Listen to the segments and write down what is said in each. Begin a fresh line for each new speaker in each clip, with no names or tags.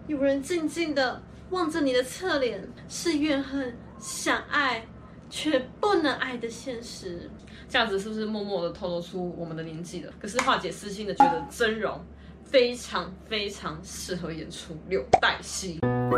有人静静的望着你的侧脸，是怨恨想爱却不能爱的现实。
这样子是不是默默的透露出我们的年纪了？可是华姐私心的觉得真容非常非常适合演出柳带戏。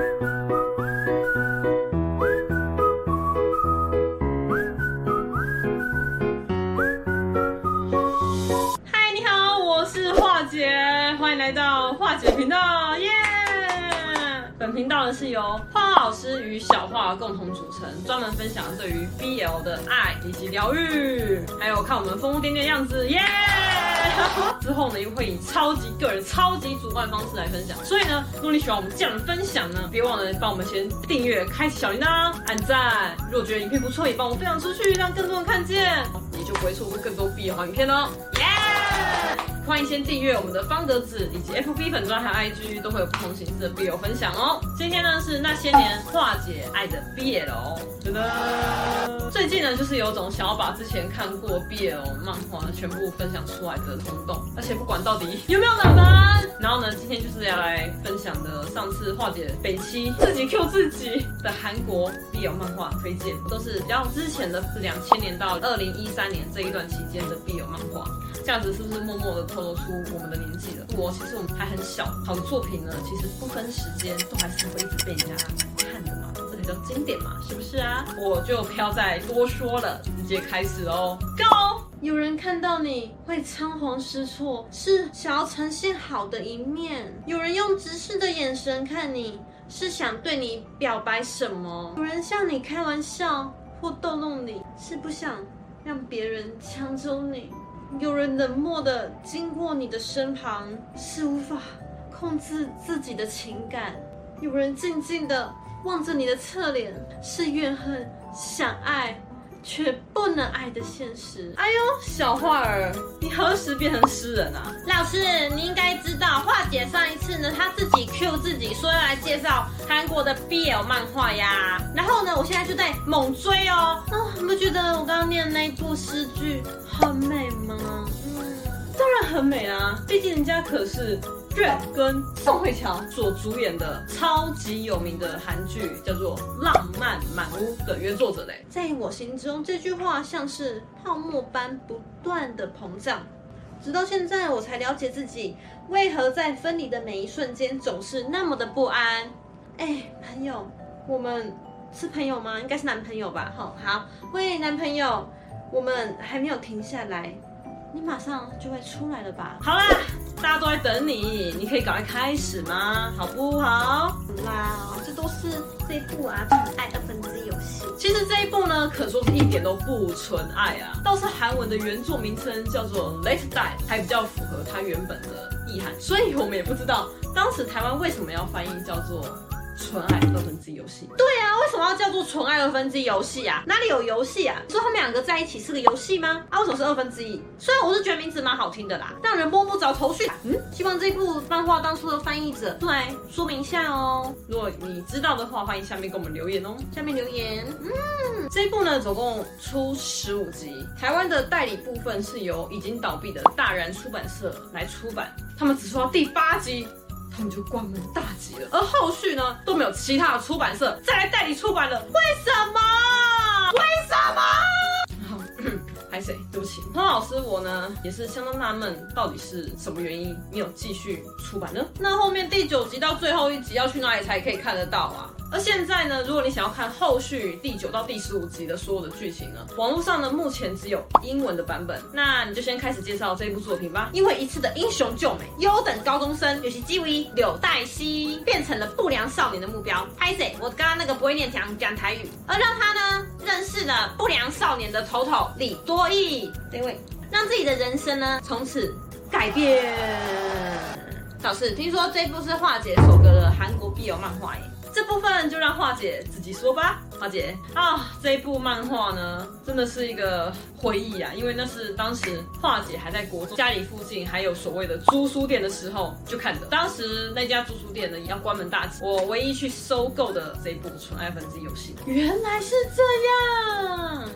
嗨，你好，我是华姐，欢迎来到华姐频道，耶！本频道呢是由画画老师与小画共同组成，专门分享对于 BL 的爱以及疗愈，还有看我们疯疯癫癫的样子，耶！之后呢，又会以超级个人、超级主观的方式来分享。所以呢，如果你喜欢我们这样的分享呢，别忘了帮我们先订阅、开启小铃铛、按赞。如果觉得影片不错，也帮我分享出去，让更多人看见，你就不会错过更多 BL 好影片哦，耶！欢迎先订阅我们的方格子以及 FB 粉专还有 IG 都会有不同形式的 BL 分享哦。今天呢是那些年华姐爱的 BL， 真的。最近呢就是有种想要把之前看过 BL 漫画全部分享出来的冲动，而且不管到底有没有哪门。然后呢，今天就是要来分享的上次华姐北七自己 Q 自己的韩国 BL 漫画推荐，都是比较之前的，是2000年到2013年这一段期间的 BL 漫画。这样子是不是默默的透露出我们的年纪了？其实我们还很小，好的作品呢，其实不分时间都还是会一直被人家看的嘛，这才叫经典嘛，是不是啊？我就不要再多说了，直接开始哦 ，Go！
有人看到你会仓皇失措，是想要呈现好的一面；有人用直视的眼神看你，是想对你表白什么；有人向你开玩笑或逗弄你，是不想让别人抢走你。有人冷漠的经过你的身旁，是无法控制自己的情感；有人静静的望着你的侧脸，是怨恨想爱却不能爱的现实。
哎呦，小画儿，你何时变成诗人啊？
老师，你应该知道，华姐上一次呢，她自己 Q 自己说要来介绍韩国的 BL 漫画呀。然后呢，我现在就在猛追哦。你们觉得我刚刚念的那一部诗句很美吗？
当然很美啊，毕竟人家可是Red 跟宋慧乔所主演的超级有名的韩剧，叫做《浪漫满屋》的原作者嘞。
在我心中，这句话像是泡沫般不断的膨胀，直到现在我才了解自己为何在分离的每一瞬间总是那么的不安。朋友，我们是朋友吗？应该是男朋友吧。好，喂，男朋友，我们还没有停下来。你马上就会出来了吧？
好啦，大家都在等你，你可以赶快开始吗？好不好？
啦，这都是这一部啊，纯爱2分之游戏。
其实这一部呢，可说是一点都不纯爱啊，倒是韩文的原作名称叫做 Let's Die， 还比较符合它原本的意涵，所以我们也不知道当时台湾为什么要翻译叫做纯爱2分之一游戏。
对啊，为什么要叫做纯爱2分之一游戏啊？哪里有游戏啊？说他们两个在一起是个游戏吗？为什么是2分之一？虽然我是觉得名字蛮好听的啦，让人摸不着头绪。希望这部漫画当初的翻译者出来说明一下哦。
如果你知道的话，欢迎下面给我们留言哦。
下面留言。
这一部呢，总共出15集，台湾的代理部分是由已经倒闭的大然出版社来出版，他们只出到第8集。他们就关门大吉了，而后续呢都没有其他的出版社再来代理出版了，为什么？拍谁？对不起，潘老师，我呢也是相当纳闷，到底是什么原因没有继续出版呢？那后面第9集到最后1集要去哪里才可以看得到啊？而现在呢，如果你想要看后续第9到第15集的所有的剧情呢，网络上呢目前只有英文的版本，那你就先开始介绍这一部作品吧。
因为一次的英雄救美，优等高中生有其基为柳带希变成了不良少年的目标。拍谁？我刚刚那个不会念讲台语，而让他呢认识了不良少年的头头李多义这位，让自己的人生呢从此改变。老师，听说这部是华姐首个的韩国 BL 漫画耶。
这部分就让华姐自己说吧。华姐这一部漫画呢，真的是一个回忆啊，因为那是当时华姐还在国中，家里附近还有所谓的租书店的时候就看的。当时那家租书店呢也要关门大吉，我唯一去收购的这一部纯爱分之游戏。
原来是这样。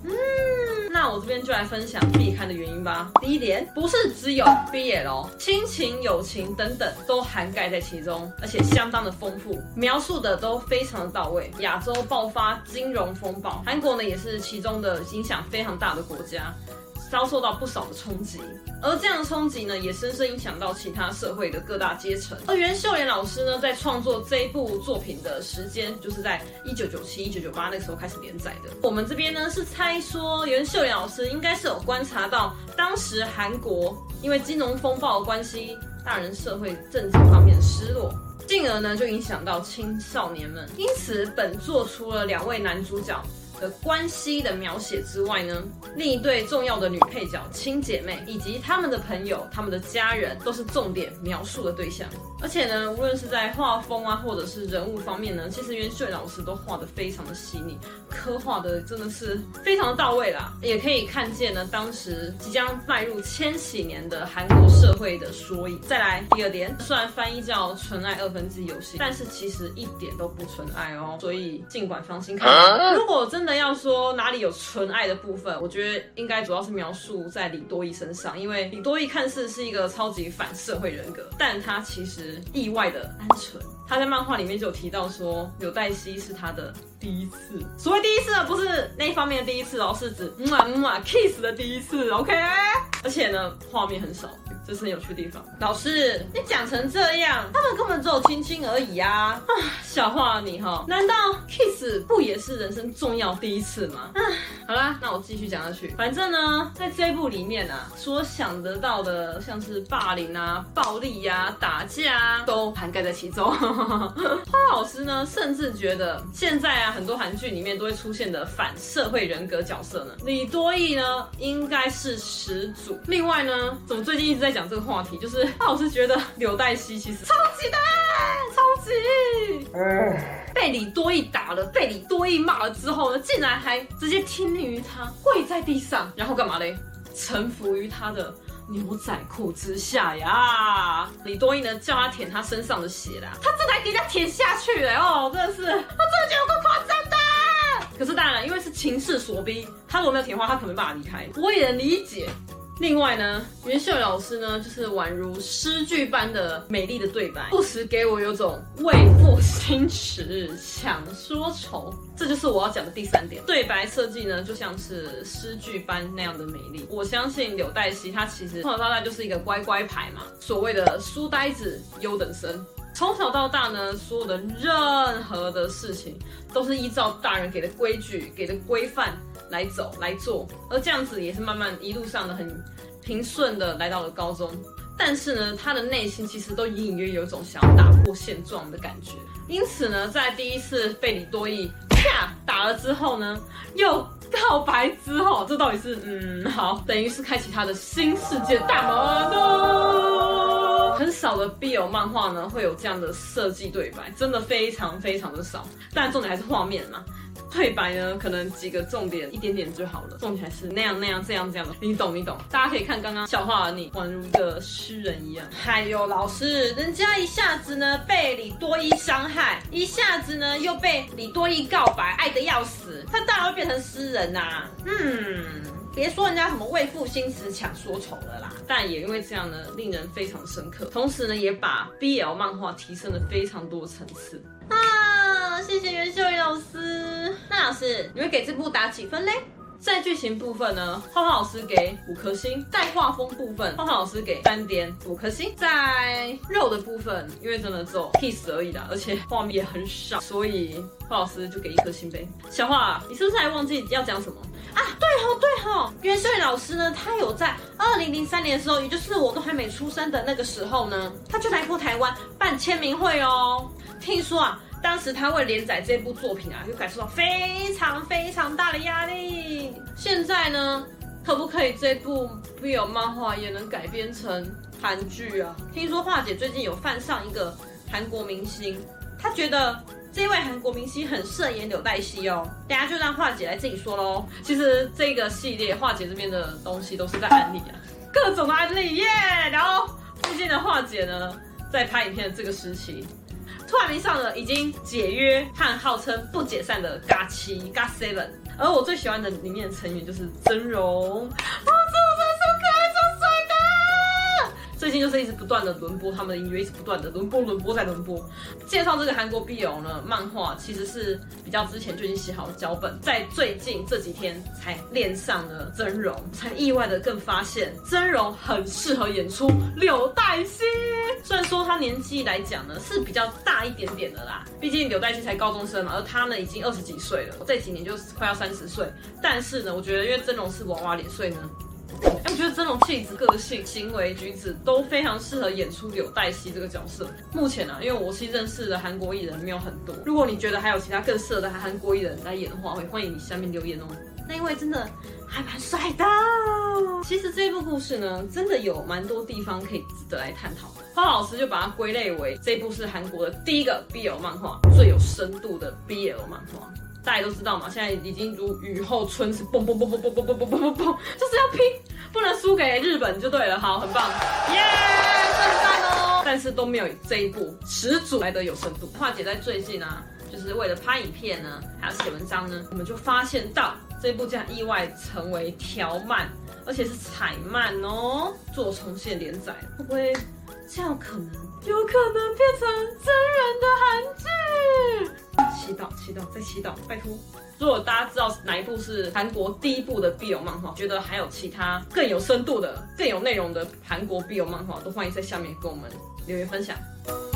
那我这边就来分享必看的原因吧。第一点，不是只有 BL， 亲情、友情等等都涵盖在其中，而且相当的丰富，描述的都非常的到位。亚洲爆发金融风暴，韩国呢也是其中的影响非常大的国家，遭受到不少的冲击，而这样的冲击呢，也深深影响到其他社会的各大阶层。而袁秀莲老师呢，在创作这一部作品的时间，就是在1997、1998那个时候开始连载的。我们这边呢是猜说，袁秀莲老师应该是有观察到当时韩国因为金融风暴的关系，大人社会政治方面的失落，进而呢就影响到青少年们。因此，本作除了2位男主角的关系的描写之外呢，另一对重要的女配角亲姐妹以及他们的朋友、他们的家人都是重点描述的对象。而且呢，无论是在画风啊，或者是人物方面呢，其实袁秀莲老师都画得非常的细腻，刻画的真的是非常的到位啦。也可以看见呢，当时即将迈入千禧年的韩国社会的缩影。再来第二点，虽然翻译叫纯爱1/2游戏，但是其实一点都不纯爱哦，所以尽管放心看。如果真的要说哪里有纯爱的部分，我觉得应该主要是描述在李多义身上，因为李多义看似是一个超级反社会人格，但他其实意外的单纯。他在漫画里面就有提到说，柳黛西是他的第一次。所谓第一次呢，不是那一方面的第一次哦，是指kiss 的第一次 ，OK？ 而且呢，画面很少，这是很有趣的地方。老师，你讲成这样，他们根本只有亲亲而已啊！小画你哈，难道 kiss 不也是人生重要第一次吗？好啦，那我继续讲下去。反正呢，在这一部里面啊，所想得到的，像是霸凌啊、暴力啊、打架啊，都涵盖在其中。花老师呢，甚至觉得现在啊，很多韩剧里面都会出现的反社会人格角色呢，李多义呢，应该是始祖。另外呢，怎么最近一直在讲这个话题，就是花老师觉得柳黛西其实超级的爱，超级。被李多义打了，被李多义骂了之后呢，竟然还直接听命于他，跪在地上，然后干嘛嘞？臣服于他的牛仔裤之下呀！李多义呢，叫他舔他身上的血啦，他真的还给人家舔下去了哦，真的是，我真的觉得有够夸张的。可是当然，因为是情势所逼，他如果没有舔的话，他可能没办法离开，我也能理解。另外呢，袁秀莲老师呢，就是宛如诗句般的美丽的对白，不时给我有种为赋新词强说愁。这就是我要讲的第3点，对白设计呢，就像是诗句般那样的美丽。我相信柳黛西她其实从小到大就是一个乖乖牌嘛，所谓的书呆子优等生。从小到大呢，所有的任何的事情都是依照大人给的规矩、给的规范来走来做，而这样子也是慢慢一路上的很平顺的来到了高中。但是呢，他的内心其实都隐隐约有一种想要打破现状的感觉。因此呢，在第一次被李多义啪打了之后呢，又告白之后，这到底是好，等于是开启他的新世界大门哦。很少的 BL 漫画呢会有这样的设计对白，真的非常非常的少。但重点还是画面嘛。对白呢，可能几个重点一点点就好了，重点还是那样这样的，你懂。大家可以看刚刚小画的你，宛如一个诗人一样。还有老师，人家一下子呢被李多义伤害，一下子呢又被李多义告白，爱得要死，他当然会变成诗人呐。别说人家什么为赋新词强说愁了啦，但也因为这样呢，令人非常深刻，同时呢，也把 BL 漫画提升了非常多层次啊！谢谢袁秀莲老师。那老师，你会给这部打几分嘞？在剧情部分呢，花花老师给5颗星；在画风部分，花花老师给3.5颗星；在肉的部分，因为真的只有 kiss 而已啦，而且画面也很少，所以花老师就给1颗星呗。小花，你是不是还忘记要讲什么？啊，对吼，袁秀莲老师呢，他有在2003年的时候，也就是我都还没出生的那个时候呢，他就来过台湾办签名会哦。听说啊，当时他为连载这部作品啊，就感受到非常非常大的压力。现在呢，可不可以这部 BL 漫画也能改编成韩剧啊？听说华姐最近有犯上一个韩国明星，她觉得这位韩国明星很适合演柳黛西哦。等一下就让华姐来自己说咯。其实这个系列华姐这边的东西都是在案例啊，各种的案例耶。然后附近的华姐呢，在拍影片的这个时期，突然迷上了已经解约和号称不解散的 GOT7 GOT7， 而我最喜欢的里面的成员就是真容，最近就是一直不断的轮播他们的音乐，一直不断的轮播再轮播。介绍这个韩国 BL 呢漫画，其实是比较之前就已经写好的脚本，在最近这几天才练上了真容，才意外的更发现真容很适合演出柳黛西。虽然说他年纪来讲呢是比较大一点点的啦，毕竟柳黛西才高中生嘛，而他呢已经20几岁了，这几年就快要30岁。但是呢，我觉得因为真容是娃娃脸，所以呢。我觉得真容气质、个性、行为举止都非常适合演出柳黛西这个角色。目前因为我其实认识的韩国艺人没有很多，如果你觉得还有其他更适合的韩国艺人来演的话，会欢迎你下面留言哦。那一位真的还蛮帅的。其实这部故事呢，真的有蛮多地方可以值得来探讨。花老师就把它归类为这部是韩国的第一个 BL 漫画，最有深度的 BL 漫画。大家都知道嘛，现在已经如雨后春笋，蹦，就是要拼，不能输给日本就对了。好，很棒，耶，很赞哦。但是都没有这一部始祖来的有深度。华姐在最近就是为了拍影片呢，还有写文章呢，我们就发现到这一部竟然意外成为条漫，而且是彩漫哦，做重现连载，会不会这样有可能变成真人的韩剧？祈祷，拜托！如果大家知道哪一部是韩国第一部的 BL 漫画，觉得还有其他更有深度的、更有内容的韩国 BL 漫画，都欢迎在下面跟我们留言分享。